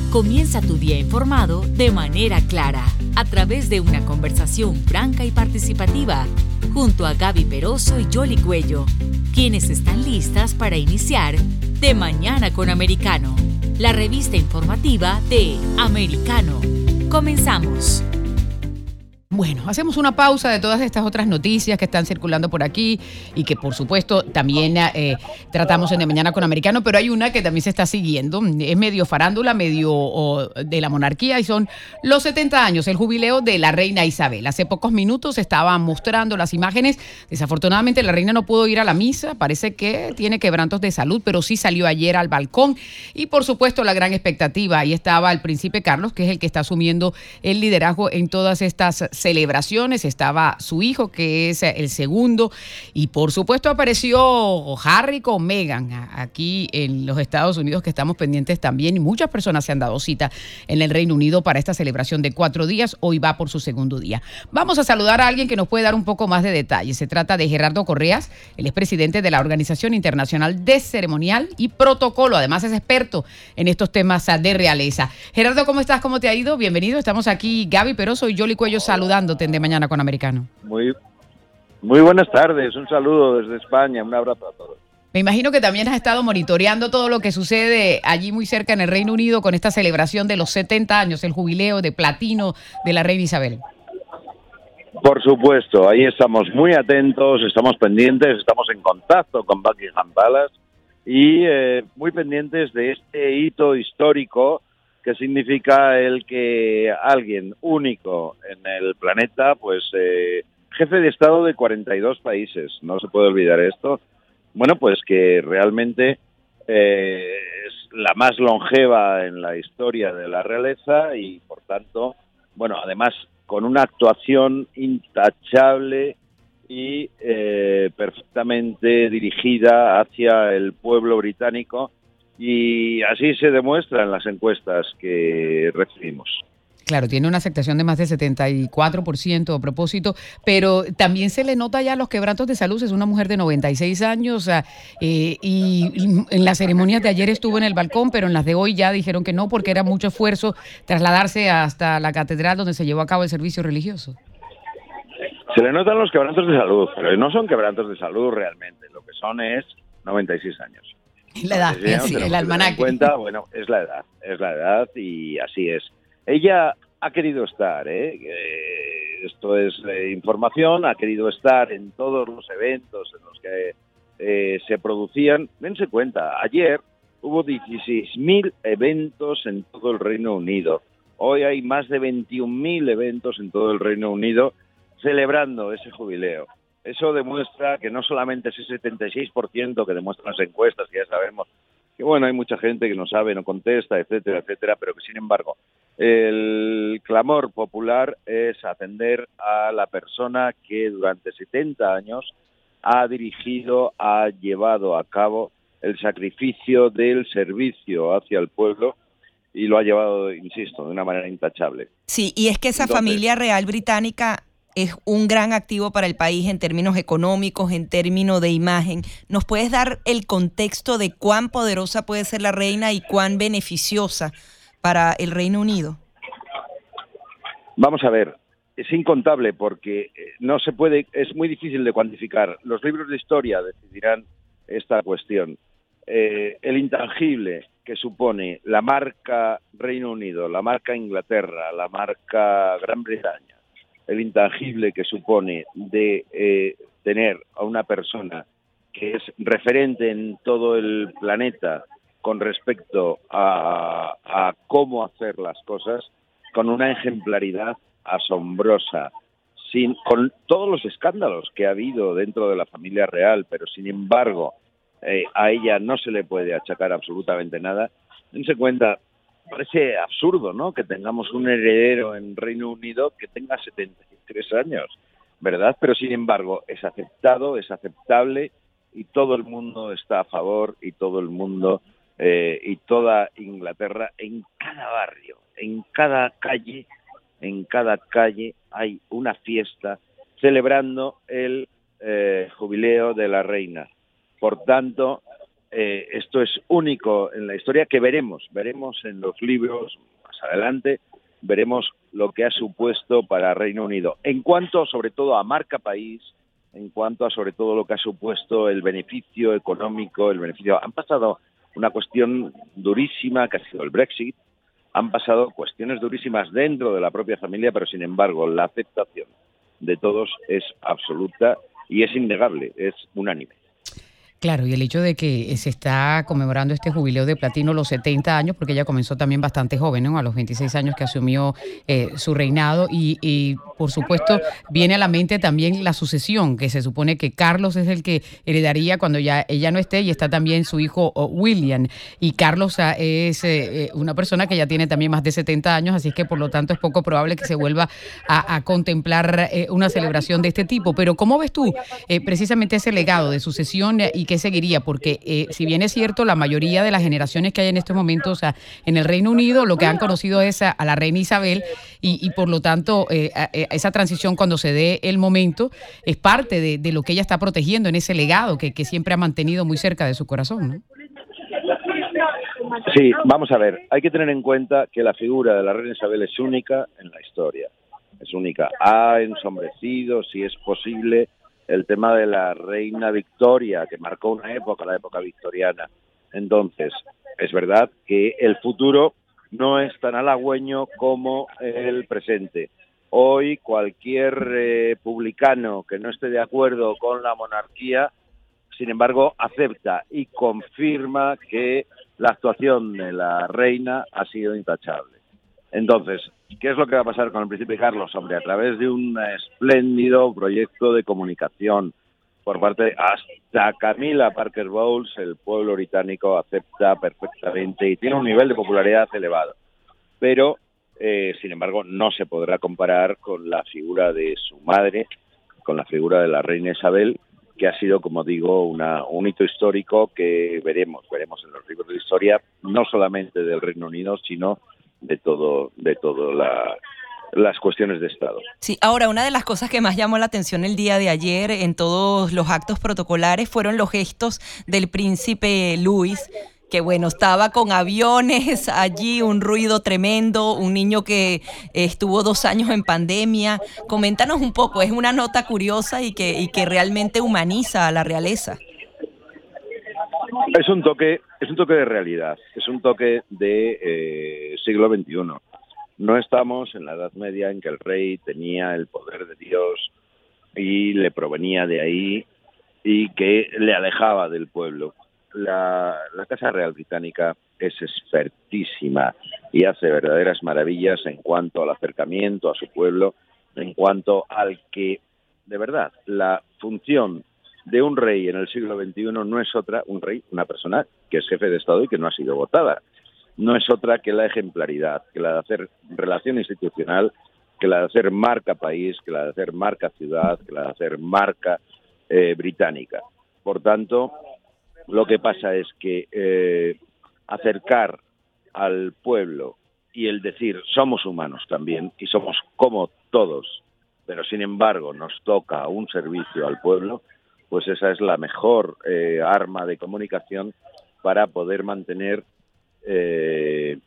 Comienza tu día informado de manera clara, a través de una conversación franca y participativa, junto a Gaby Peroso y Yoli Cuello, quienes están listas para iniciar De Mañana con Americano, la revista informativa de Americano. Comenzamos. Bueno, hacemos una pausa de todas estas otras noticias que están circulando por aquí y que por supuesto también tratamos en De Mañana con Americano, pero hay una que también se está siguiendo, es medio farándula, medio de la monarquía, y son los 70 años, el jubileo de la reina Isabel. Hace pocos minutos estaban mostrando las imágenes. Desafortunadamente la reina no pudo ir a la misa, parece que tiene quebrantos de salud, pero sí salió ayer al balcón y por supuesto la gran expectativa, ahí estaba el príncipe Carlos, que es el que está asumiendo el liderazgo en todas estas celebraciones, estaba su hijo, que es el segundo, y por supuesto apareció Harry con Meghan aquí en los Estados Unidos, que estamos pendientes también, y muchas personas se han dado cita en el Reino Unido para esta celebración de 4 días. Hoy va por su segundo día. Vamos a saludar a alguien que nos puede dar un poco más de detalles. Se trata de Gerardo Correas, él es presidente de la Organización Internacional de Ceremonial y Protocolo, además es experto en estos temas de realeza. Gerardo, ¿cómo estás? ¿Cómo te ha ido? Bienvenido, estamos aquí Gaby Peroso y Yoli Cuello saludándote en De Mañana con Americano. Muy buenas tardes, un saludo desde España, un abrazo a todos. Me imagino que también has estado monitoreando todo lo que sucede allí muy cerca en el Reino Unido con esta celebración de los 70 años, el jubileo de platino de la reina Isabel. Por supuesto, ahí estamos muy atentos, estamos pendientes, estamos en contacto con Buckingham Palace y muy pendientes de este hito histórico que significa el que alguien único en el planeta, pues jefe de Estado de 42 países, no se puede olvidar esto, bueno, pues que realmente es la más longeva en la historia de la realeza y, por tanto, bueno, además con una actuación intachable y perfectamente dirigida hacia el pueblo británico, y así se demuestra en las encuestas que recibimos. Claro, tiene una aceptación de más del 74% a propósito, pero también se le nota ya los quebrantos de salud. Es una mujer de 96 años y en las ceremonias de ayer estuvo en el balcón, pero en las de hoy ya dijeron que no, porque era mucho esfuerzo trasladarse hasta la catedral donde se llevó a cabo el servicio religioso. Se le notan los quebrantos de salud, pero no son quebrantos de salud realmente, lo que son es 96 años. La edad, sí, el almanaque. Cuenta, bueno, es la edad y así es. Ella ha querido estar, esto es información, ha querido estar en todos los eventos en los que se producían. Dense cuenta, ayer hubo 16.000 eventos en todo el Reino Unido. Hoy hay más de 21.000 eventos en todo el Reino Unido celebrando ese jubileo. Eso demuestra que no solamente ese 76% que demuestran las encuestas, que ya sabemos que, bueno, hay mucha gente que no sabe, no contesta, etcétera, etcétera, pero que, sin embargo, el clamor popular es atender a la persona que durante 70 años ha dirigido, ha llevado a cabo el sacrificio del servicio hacia el pueblo y lo ha llevado, insisto, de una manera intachable. Sí, y es que esa familia real británica es un gran activo para el país en términos económicos, en términos de imagen. ¿Nos puedes dar el contexto de cuán poderosa puede ser la reina y cuán beneficiosa para el Reino Unido? Vamos a ver, es incontable porque no se puede, es muy difícil de cuantificar. Los libros de historia decidirán esta cuestión. El intangible que supone la marca Reino Unido, la marca Inglaterra, la marca Gran Bretaña, el intangible que supone de tener a una persona que es referente en todo el planeta con respecto a cómo hacer las cosas, con una ejemplaridad asombrosa, con todos los escándalos que ha habido dentro de la familia real, pero sin embargo a ella no se le puede achacar absolutamente nada. Dense cuenta, parece absurdo, ¿no?, que tengamos un heredero en Reino Unido que tenga 73 años, ¿verdad? Pero sin embargo es aceptado, es aceptable y todo el mundo está a favor y todo el mundo y toda Inglaterra, en cada barrio, en cada calle hay una fiesta celebrando el jubileo de la reina. Por tanto, esto es único en la historia, que veremos en los libros más adelante, veremos lo que ha supuesto para Reino Unido. En cuanto, sobre todo, a marca país, en cuanto a, sobre todo, lo que ha supuesto el beneficio económico, han pasado una cuestión durísima que ha sido el Brexit, han pasado cuestiones durísimas dentro de la propia familia, pero sin embargo la aceptación de todos es absoluta y es innegable, es unánime. Claro, y el hecho de que se está conmemorando este jubileo de platino, los 70 años, porque ella comenzó también bastante joven, ¿no? A los 26 años que asumió su reinado y, por supuesto, viene a la mente también la sucesión, que se supone que Carlos es el que heredaría cuando ya ella no esté, y está también su hijo William. Y Carlos es una persona que ya tiene también más de 70 años, así que, por lo tanto, es poco probable que se vuelva a contemplar una celebración de este tipo. Pero, ¿cómo ves tú precisamente ese legado de sucesión y qué seguiría? Porque si bien es cierto, la mayoría de las generaciones que hay en estos momentos en el Reino Unido, lo que han conocido es a la reina Isabel y por lo tanto esa transición, cuando se dé el momento, es parte de lo que ella está protegiendo en ese legado que siempre ha mantenido muy cerca de su corazón, ¿no? Sí, vamos a ver, hay que tener en cuenta que la figura de la reina Isabel es única en la historia, es única. Ha ensombrecido, si es posible, el tema de la reina Victoria, que marcó una época, la época victoriana. Entonces, es verdad que el futuro no es tan halagüeño como el presente. Hoy cualquier publicano que no esté de acuerdo con la monarquía, sin embargo, acepta y confirma que la actuación de la reina ha sido intachable. Entonces, ¿qué es lo que va a pasar con el príncipe Carlos? Hombre, a través de un espléndido proyecto de comunicación por parte de hasta Camilla Parker Bowles, el pueblo británico acepta perfectamente y tiene un nivel de popularidad elevado. Pero, sin embargo, no se podrá comparar con la figura de su madre, con la figura de la reina Isabel, que ha sido, como digo, un hito histórico que veremos en los libros de historia, no solamente del Reino Unido, sino de todo las cuestiones de Estado. Sí, ahora, una de las cosas que más llamó la atención el día de ayer en todos los actos protocolares fueron los gestos del príncipe Luis, que bueno, estaba con aviones allí, un ruido tremendo, un niño que estuvo 2 años en pandemia. Coméntanos un poco, es una nota curiosa y que realmente humaniza a la realeza. Es un toque de realidad, es un toque de siglo XXI. No estamos en la Edad Media en que el rey tenía el poder de Dios y le provenía de ahí y que le alejaba del pueblo. La Casa Real Británica es expertísima y hace verdaderas maravillas en cuanto al acercamiento a su pueblo, en cuanto al que, de verdad, la función de un rey en el siglo XXI no es otra, un rey, una persona que es jefe de Estado y que no ha sido votada, no es otra que la ejemplaridad, que la de hacer relación institucional, que la de hacer marca país, que la de hacer marca ciudad, que la de hacer marca británica. Por tanto, lo que pasa es que acercar al pueblo y el decir somos humanos también y somos como todos, pero sin embargo nos toca un servicio al pueblo, pues esa es la mejor arma de comunicación para poder mantener el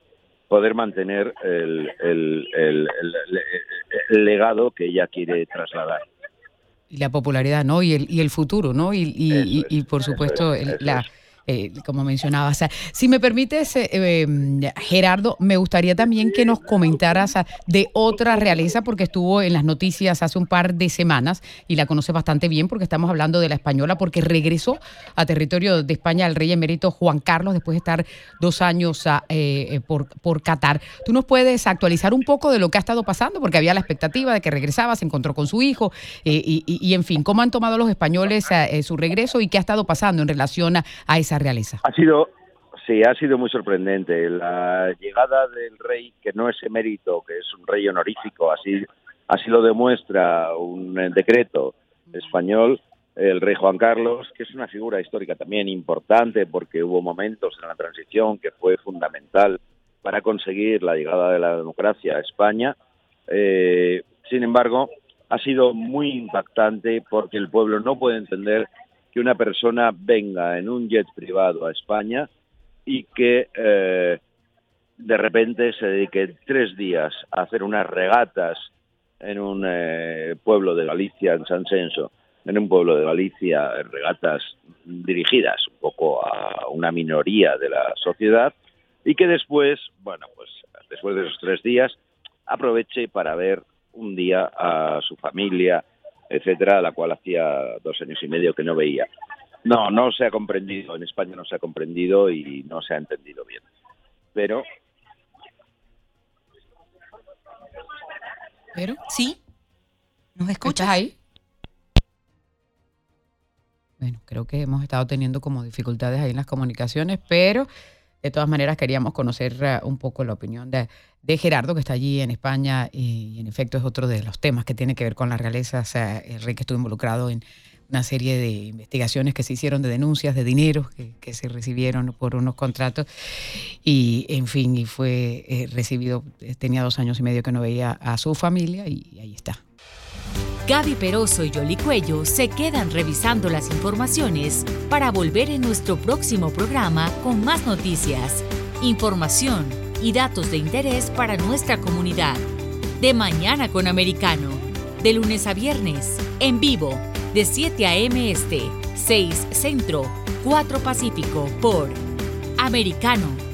legado que ella quiere trasladar. Y la popularidad, ¿no? Y el futuro, ¿no? Y por supuesto, como mencionabas. Si me permites, Gerardo, me gustaría también que nos comentaras de otra realeza, porque estuvo en las noticias hace un par de semanas y la conoces bastante bien porque estamos hablando de la española, porque regresó a territorio de España el rey emérito Juan Carlos después de estar 2 años por Qatar. ¿Tú nos puedes actualizar un poco de lo que ha estado pasando? Porque había la expectativa de que regresaba, se encontró con su hijo y en fin, ¿cómo han tomado los españoles su regreso y qué ha estado pasando en relación a esa realeza? Ha sido muy sorprendente la llegada del rey, que no es emérito, que es un rey honorífico, así lo demuestra un decreto español, el rey Juan Carlos, que es una figura histórica también importante porque hubo momentos en la transición que fue fundamental para conseguir la llegada de la democracia a España. Sin embargo, ha sido muy impactante porque el pueblo no puede entender que una persona venga en un jet privado a España y que de repente se dedique 3 días a hacer unas regatas en un pueblo de Galicia, en San Censo, en un pueblo de Galicia, regatas dirigidas un poco a una minoría de la sociedad, y que después, bueno, pues después de esos 3 días, aproveche para ver un día a su familia, etcétera, a la cual hacía 2 años y medio que no veía. No se ha comprendido, en España no se ha comprendido y no se ha entendido bien. Pero... ¿Sí? ¿Nos escuchas? ¿Estás ahí? Bueno, creo que hemos estado teniendo como dificultades ahí en las comunicaciones, pero de todas maneras queríamos conocer un poco la opinión de Gerardo, que está allí en España, y en efecto es otro de los temas que tiene que ver con la realeza. O sea, el rey que estuvo involucrado en una serie de investigaciones que se hicieron, de denuncias de dinero que se recibieron por unos contratos, y en fin, y fue recibido, tenía 2 años y medio que no veía a su familia, y ahí está. Gaby Peroso y Yoli Cuello se quedan revisando las informaciones para volver en nuestro próximo programa con más noticias, información y datos de interés para nuestra comunidad. De Mañana con Americano, de lunes a viernes, en vivo, de 7 a.m. Este, 6 Centro, 4 Pacífico, por Americano.